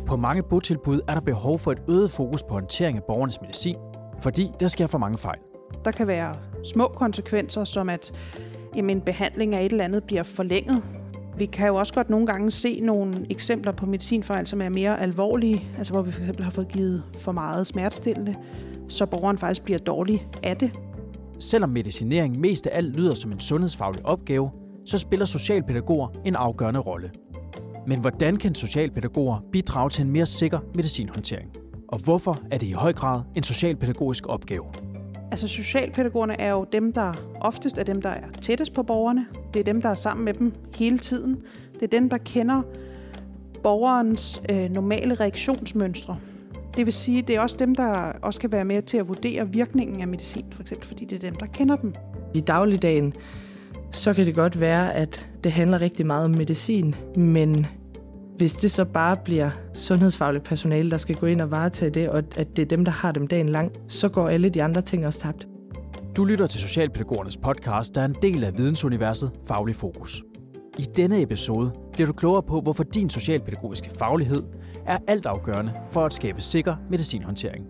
På mange botilbud er der behov for et øget fokus på håndtering af borgernes medicin, fordi der sker for mange fejl. Der kan være små konsekvenser, som at en behandling af et eller andet bliver forlænget. Vi kan jo også godt nogle gange se nogle eksempler på medicinfejl, som er mere alvorlige, altså hvor vi for eksempel har fået givet for meget smertestillende, så borgeren faktisk bliver dårlig af det. Selvom medicinering mest af alt lyder som en sundhedsfaglig opgave, så spiller socialpædagoger en afgørende rolle. Men hvordan kan socialpædagoger bidrage til en mere sikker medicinhåndtering? Og hvorfor er det i høj grad en socialpædagogisk opgave? Altså socialpædagogerne er jo dem, der oftest er dem, der er tættest på borgerne. Det er dem, der er sammen med dem hele tiden. Det er dem, der kender borgerens normale reaktionsmønstre. Det vil sige, det er også dem, der også kan være med til at vurdere virkningen af medicin, for eksempel, fordi det er dem, der kender dem. I dagligdagen, så kan det godt være, at det handler rigtig meget om medicin, men hvis det så bare bliver sundhedsfagligt personale, der skal gå ind og varetage det, og at det er dem, der har dem dagen lang, så går alle de andre ting også tabt. Du lytter til Socialpædagogernes podcast, der er en del af vidensuniverset Faglig Fokus. I denne episode bliver du klogere på, hvorfor din socialpædagogiske faglighed er altafgørende for at skabe sikker medicinhåndtering.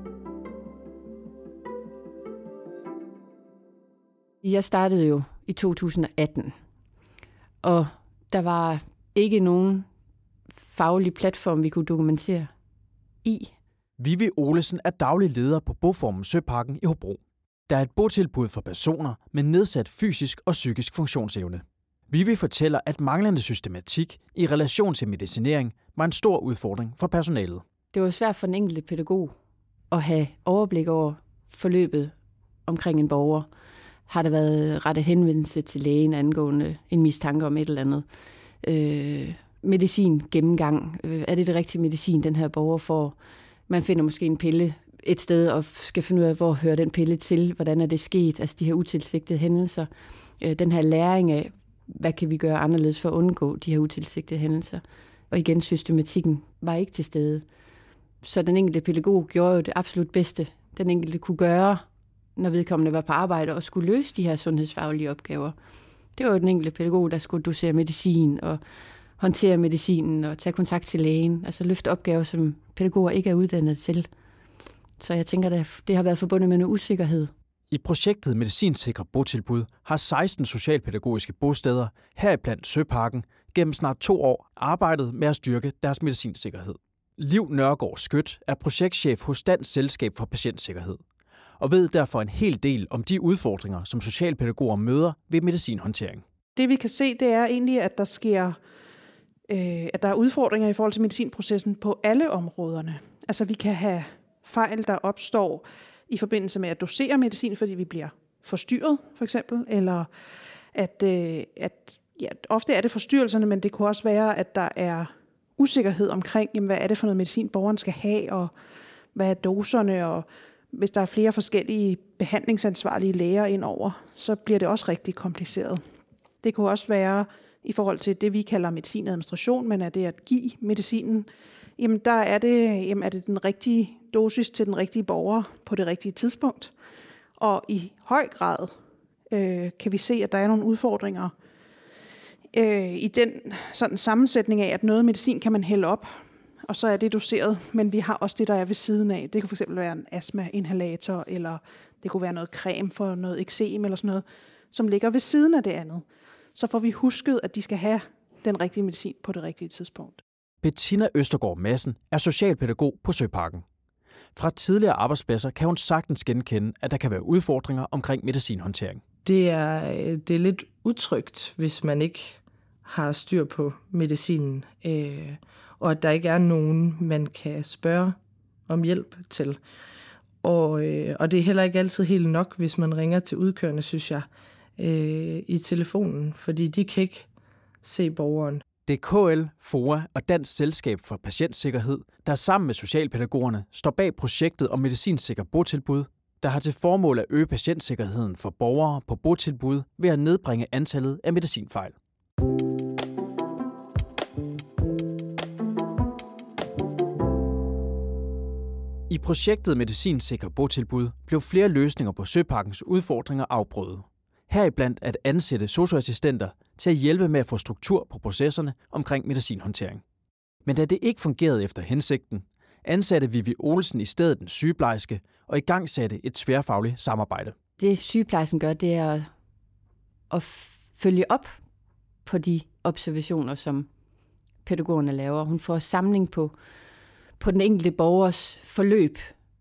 Jeg startede jo i 2018, og der var ikke nogen faglig platform, vi kunne dokumentere i. Vivi Olesen er daglig leder på Boformen Søparken i Hobro. Der er et botilbud for personer med nedsat fysisk og psykisk funktionsevne. Vivi fortæller, at manglende systematik i relation til medicinering var en stor udfordring for personalet. Det var svært for den enkelte pædagog at have overblik over forløbet omkring en borger. Har der været rettet henvendelse til lægen angående en mistanke om et eller andet? Medicin gennemgang. Er det rigtige medicin, den her borger får? Man finder måske en pille et sted og skal finde ud af, hvor hører den pille til? Hvordan er det sket? Altså de her utilsigtede hændelser. Den her læring af, hvad kan vi gøre anderledes for at undgå de her utilsigtede hændelser? Og igen, systematikken var ikke til stede. Så den enkelte pædagog gjorde jo det absolut bedste, den enkelte kunne gøre, når vedkommende var på arbejde og skulle løse de her sundhedsfaglige opgaver. Det var jo den enkelte pædagog, der skulle dosere medicin og håndtere medicinen og tage kontakt til lægen. Altså løfte opgaver, som pædagoger ikke er uddannet til. Så jeg tænker, at det har været forbundet med noget usikkerhed. I projektet Medicinsikre Botilbud har 16 socialpædagogiske bosteder, heriblandt Søparken, gennem snart 2 år arbejdet med at styrke deres medicinsikkerhed. Liv Nørgaard Skødt er projektchef hos Dansk Selskab for Patientsikkerhed og ved derfor en hel del om de udfordringer, som socialpædagoger møder ved medicinhåndtering. Det vi kan se, det er egentlig, at der er udfordringer i forhold til medicinprocessen på alle områderne. Altså vi kan have fejl, der opstår i forbindelse med at dosere medicin, fordi vi bliver forstyrret, for eksempel, eller at ofte er det forstyrrelserne, men det kunne også være, at der er usikkerhed omkring, jamen, hvad er det for noget medicin, borgeren skal have, og hvad er doserne, og hvis der er flere forskellige behandlingsansvarlige læger indover, så bliver det også rigtig kompliceret. Det kunne også være i forhold til det, vi kalder medicinadministration, men er det at give medicinen, jamen der er det den rigtige dosis til den rigtige borger på det rigtige tidspunkt. Og i høj grad kan vi se, at der er nogle udfordringer i den sådan sammensætning af, at noget medicin kan man hælde op, og så er det doseret, men vi har også det, der er ved siden af. Det kunne fx være en astma-inhalator, eller det kunne være noget creme for noget eksem eller sådan noget, som ligger ved siden af det andet. Så får vi husket, at de skal have den rigtige medicin på det rigtige tidspunkt. Bettina Østergaard Madsen er socialpædagog på Søparken. Fra tidligere arbejdspladser kan hun sagtens genkende, at der kan være udfordringer omkring medicinhåndtering. Det er lidt utrygt, hvis man ikke har styr på medicinen, og at der ikke er nogen, man kan spørge om hjælp til. Og det er heller ikke altid helt nok, hvis man ringer til udkørende, synes jeg, i telefonen, fordi de kan ikke se borgeren. Det er KL, FOA og Dansk Selskab for Patientsikkerhed, der sammen med socialpædagogerne står bag projektet om medicinsikker botilbud, der har til formål at øge patientsikkerheden for borgere på botilbud ved at nedbringe antallet af medicinfejl. I projektet Medicinsikker Botilbud blev flere løsninger på Søparkens udfordringer afprøvet. Heriblandt at ansætte sosu-assistenter til at hjælpe med at få struktur på processerne omkring medicinhåndtering. Men da det ikke fungerede efter hensigten, ansatte Vivi Olsen i stedet en sygeplejerske og igangsatte et tværfagligt samarbejde. Det sygeplejersken gør, det er at følge op på de observationer, som pædagogerne laver. Hun får samling på den enkelte borgers forløb,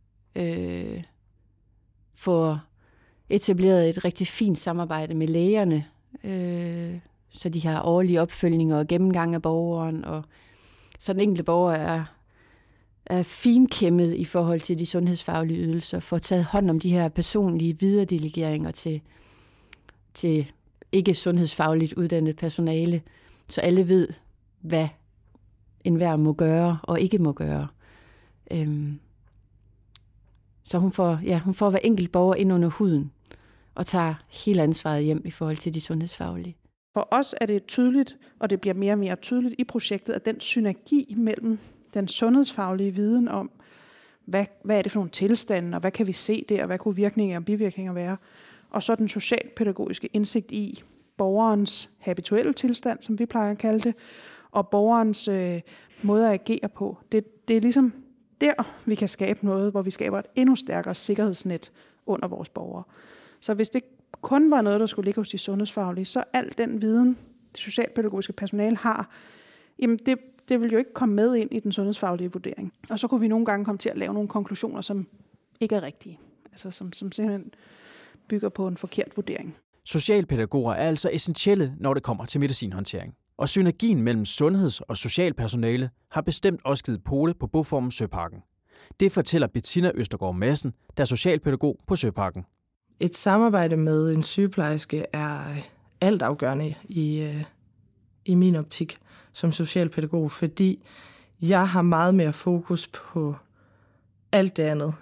får etableret et rigtig fint samarbejde med lægerne, så de har årlige opfølgninger og gennemgang af borgeren, og så den enkelte borger er finkæmmet i forhold til de sundhedsfaglige ydelser, får taget hånd om de her personlige videredelegeringer til ikke sundhedsfagligt uddannet personale, så alle ved, hvad enhver må gøre og ikke må gøre. Så hun får hver enkelt borger ind under huden og tager hele ansvaret hjem i forhold til de sundhedsfaglige. For os er det tydeligt, og det bliver mere og mere tydeligt i projektet, at den synergi mellem den sundhedsfaglige viden om, hvad er det for nogle tilstande, og hvad kan vi se der, og hvad kunne virkninger og bivirkninger være, og så den socialpædagogiske indsigt i borgerens habituelle tilstand, som vi plejer at kalde det, og borgerens måde at agere på. Det er ligesom der, vi kan skabe noget, hvor vi skaber et endnu stærkere sikkerhedsnet under vores borgere. Så hvis det kun var noget, der skulle ligge hos de sundhedsfaglige, så al den viden, det socialpædagogiske personale har, jamen det vil jo ikke komme med ind i den sundhedsfaglige vurdering. Og så kunne vi nogle gange komme til at lave nogle konklusioner, som ikke er rigtige. Altså som simpelthen bygger på en forkert vurdering. Socialpædagoger er altså essentielle, når det kommer til medicinhåndtering. Og synergien mellem sundheds- og socialpersonale har bestemt også givet pole på boformen Søparken. Det fortæller Bettina Østergaard Madsen, der er socialpædagog på Søparken. Et samarbejde med en sygeplejerske er altafgørende i min optik som socialpædagog, fordi jeg har meget mere fokus på alt det andet.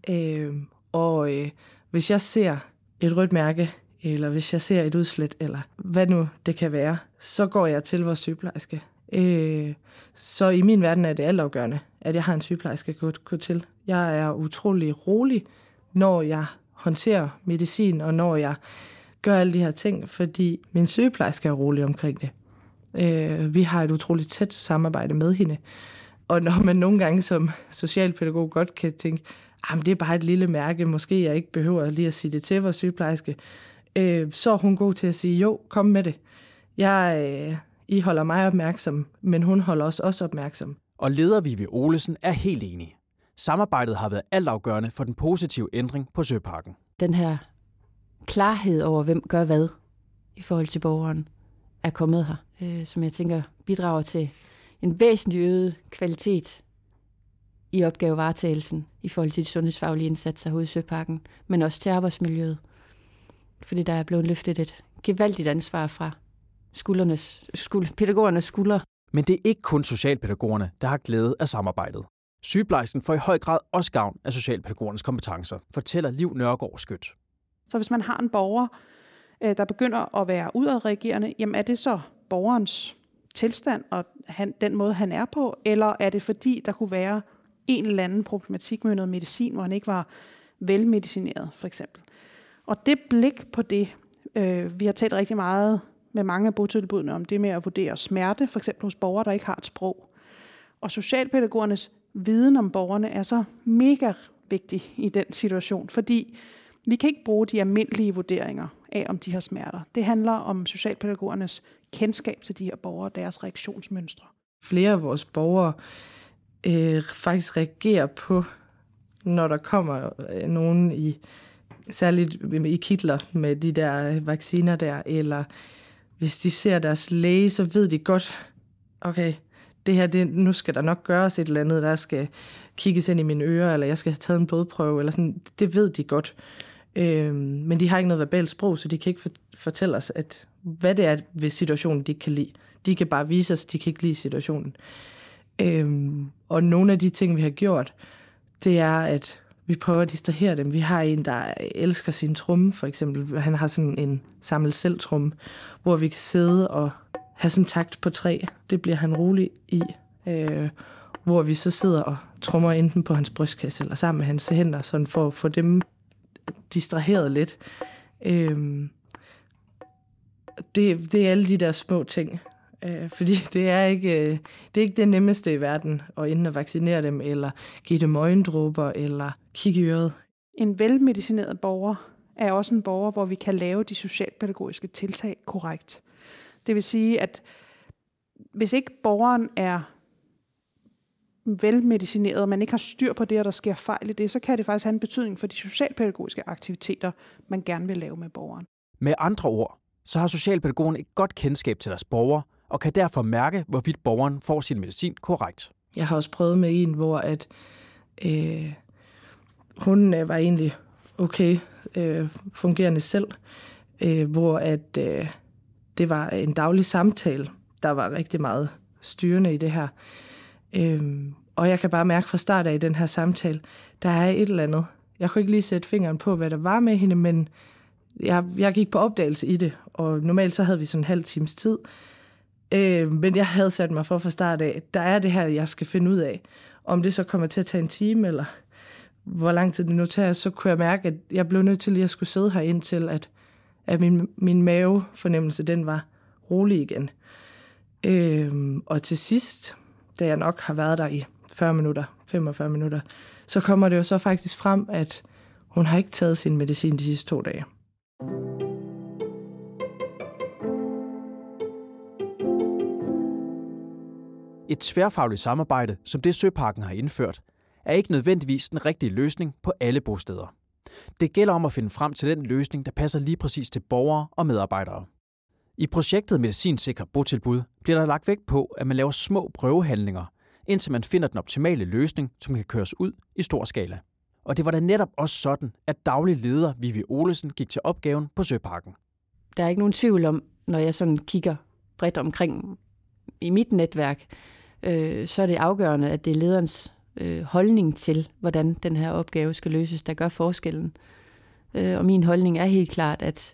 Hvis jeg ser et rødt mærke, eller hvis jeg ser et udslæt, eller hvad nu det kan være, så går jeg til vores sygeplejerske. Så i min verden er det altafgørende, at jeg har en sygeplejerske at gå til. Jeg er utrolig rolig, når jeg håndterer medicin, og når jeg gør alle de her ting, fordi min sygeplejerske er rolig omkring det. Vi har et utroligt tæt samarbejde med hende. Og når man nogle gange som socialpædagog godt kan tænke, det er bare et lille mærke, måske jeg ikke behøver lige at sige det til vores sygeplejerske, så er hun god til at sige, jo, kom med det. I holder mig opmærksom, men hun holder os også opmærksom. Og leder Vivi Olsen er helt enig. Samarbejdet har været altafgørende for den positive ændring på Søparken. Den her klarhed over, hvem gør hvad i forhold til borgeren, er kommet her, som jeg tænker bidrager til en væsentlig øget kvalitet i opgavevaretagelsen i forhold til de sundhedsfaglige indsatser ude i Søparken, men også til arbejdsmiljøet. Fordi der er blevet løftet et gevaldigt ansvar fra pædagogernes skuldre. Men det er ikke kun socialpædagogerne, der har glæde af samarbejdet. Sygeplejersken får i høj grad også gavn af socialpædagogernes kompetencer, fortæller Liv Nørgaard Skødt. Så hvis man har en borger, der begynder at være udadreagerende, jamen er det så borgerens tilstand og den måde, han er på, eller er det fordi, der kunne være en eller anden problematik med noget medicin, hvor han ikke var velmedicineret, for eksempel. Og det blik på det, vi har talt rigtig meget med mange af botilbudene om det med at vurdere smerte, for eksempel hos borgere, der ikke har et sprog. Og socialpædagogernes viden om borgerne er så mega vigtig i den situation, fordi vi kan ikke bruge de almindelige vurderinger af, om de har smerter. Det handler om socialpædagogernes kendskab til de her borgere og deres reaktionsmønstre. Flere af vores borgere faktisk reagerer på, når der kommer nogen særligt i kitler med de der vacciner der, eller hvis de ser deres læge, så ved de godt, okay, det her, nu skal der nok gøres et eller andet, der skal kigges ind i mine ører, eller jeg skal have taget en blodprøve, eller sådan, det ved de godt. Men de har ikke noget verbalt sprog, så de kan ikke fortælle os, hvad det er ved situationen, de ikke kan lide. De kan bare vise os, at de kan ikke lide situationen. Og nogle af de ting, vi har gjort, det er, at vi prøver at distrahere dem. Vi har en, der elsker sin tromme, for eksempel. Han har sådan en samlet selv tromme, hvor vi kan sidde og have sådan en takt på 3. Det bliver han rolig i. Hvor vi så sidder og trommer enten på hans brystkasse eller sammen med hans hænder, sådan for at få dem distraheret lidt. Det er alle de der små ting. Fordi det er ikke det nemmeste i verden at inde og vaccinere dem, eller give dem øjendråber, eller kigge i øret. En velmedicineret borger er også en borger, hvor vi kan lave de socialpædagogiske tiltag korrekt. Det vil sige, at hvis ikke borgeren er velmedicineret, og man ikke har styr på det, og der sker fejl i det, så kan det faktisk have en betydning for de socialpædagogiske aktiviteter, man gerne vil lave med borgeren. Med andre ord, så har socialpædagogen et godt kendskab til deres borgere, og kan derfor mærke, hvorvidt borgeren får sin medicin korrekt. Jeg har også prøvet med en, hvor at, hun var egentlig okay fungerende selv, hvor at, det var en daglig samtale, der var rigtig meget styrende i det her. Og jeg kan bare mærke fra start af i den her samtale, der er et eller andet. Jeg kunne ikke lige sætte fingeren på, hvad der var med hende, men jeg gik på opdagelse i det, og normalt så havde vi sådan en halv times tid. Men jeg havde sat mig for fra start af, der er det her, jeg skal finde ud af. Om det så kommer til at tage en time, eller hvor lang tid det nu tager, så kunne jeg mærke, at jeg blev nødt til, at jeg skulle sidde her indtil, at min mavefornemmelse, den var rolig igen. Og til sidst, da jeg nok har været der i 40 minutter, 45 minutter, så kommer det jo så faktisk frem, at hun har ikke taget sin medicin de sidste 2 dage. Et tværfagligt samarbejde, som det Søparken har indført, er ikke nødvendigvis den rigtige løsning på alle bosteder. Det gælder om at finde frem til den løsning, der passer lige præcis til borgere og medarbejdere. I projektet Medicinsikre Botilbud bliver der lagt vægt på, at man laver små prøvehandlinger, indtil man finder den optimale løsning, som kan køres ud i stor skala. Og det var da netop også sådan, at daglig leder Vivi Olesen gik til opgaven på Søparken. Der er ikke nogen tvivl om, når jeg sådan kigger bredt omkring i mit netværk, så er det afgørende, at det er lederens holdning til, hvordan den her opgave skal løses, der gør forskellen. Og min holdning er helt klart, at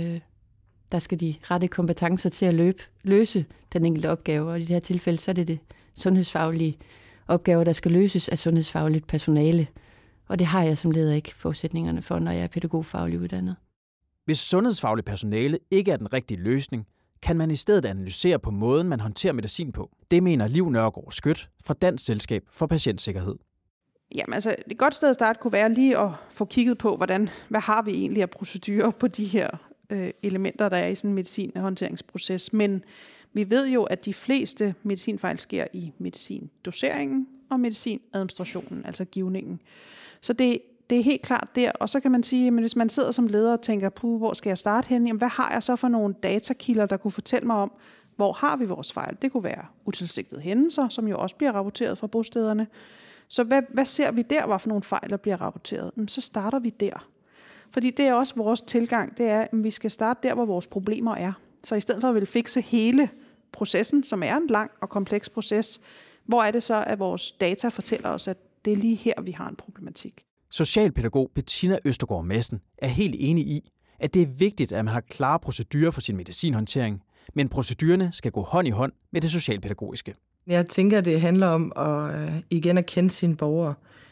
der skal de rette kompetencer til at løse den enkelte opgave, og i det her tilfælde, så er det sundhedsfaglige opgaver, der skal løses af sundhedsfagligt personale. Og det har jeg som leder ikke forudsætningerne for, når jeg er pædagogfaglig uddannet. Hvis sundhedsfagligt personale ikke er den rigtige løsning, kan man i stedet analysere på måden, man håndterer medicin på. Det mener Liv Nørgaard Skødt fra Dansk Selskab for Patientsikkerhed. Jamen altså, et godt sted at starte kunne være lige at få kigget på, hvad har vi egentlig af procedurer på de her elementer, der er i sådan en medicinhåndteringsproces. Men vi ved jo, at de fleste medicinfejl sker i medicindoseringen og medicinadministrationen, altså givningen. Så det er helt klart der. Og så kan man sige, at hvis man sidder som leder og tænker, hvor skal jeg starte hen? Jamen, hvad har jeg så for nogle datakilder, der kunne fortælle mig om, hvor har vi vores fejl? Det kunne være utilsigtede hændelser, som jo også bliver rapporteret fra bostederne. Så hvad ser vi der, hvad for nogle fejl, der bliver rapporteret? Jamen, så starter vi der. Fordi det er også vores tilgang, det er, at vi skal starte der, hvor vores problemer er. Så i stedet for at ville fikse hele processen, som er en lang og kompleks proces, hvor er det så, at vores data fortæller os, at det er lige her, vi har en problematik. Socialpædagog Bettina Østergaard Madsen er helt enig i, at det er vigtigt, at man har klare procedurer for sin medicinhåndtering, men procedurerne skal gå hånd i hånd med det socialpædagogiske. Jeg tænker, det handler om at kende sine borgere.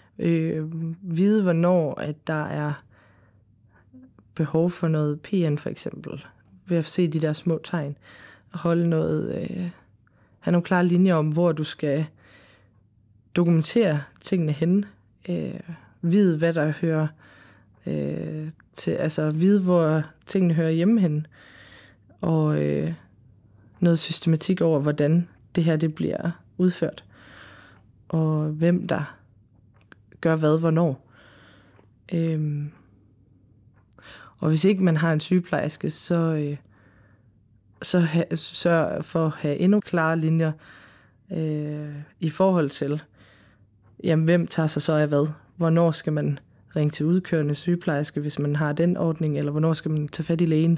Vide, hvornår at der er behov for noget PN for eksempel, ved at se de der små tegn, og have nogle klare linjer om, hvor du skal dokumentere tingene henne, vide, hvad der hører til, altså vide, hvor tingene hører hjemme henne, og noget systematik over, hvordan det her det bliver udført, og hvem der gør hvad, hvornår. Og hvis ikke man har en sygeplejerske, så sørg for at have endnu klare linjer i forhold til, jamen, hvem tager sig så af hvad? Hvornår skal man ringe til udkørende sygeplejerske, hvis man har den ordning, eller hvornår skal man tage fat i lægen?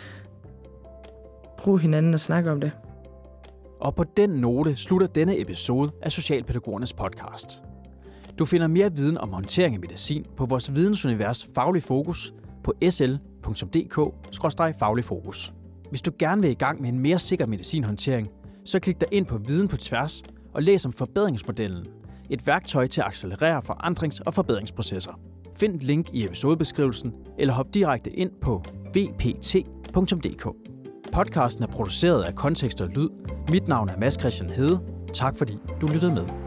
Brug hinanden og snakke om det. Og på den note slutter denne episode af Socialpædagogernes podcast. Du finder mere viden om håndtering af medicin på vores vidensunivers Faglig Fokus på sl.dk/faglig fokus. Hvis du gerne vil i gang med en mere sikker medicinhåndtering, så klik dig ind på Viden på Tværs og læs om forbedringsmodellen, et værktøj til at accelerere forandrings- og forbedringsprocesser. Find et link i episodebeskrivelsen eller hop direkte ind på vpt.dk. Podcasten er produceret af Kontekst og Lyd. Mit navn er Mads Christian Hede. Tak fordi du lyttede med.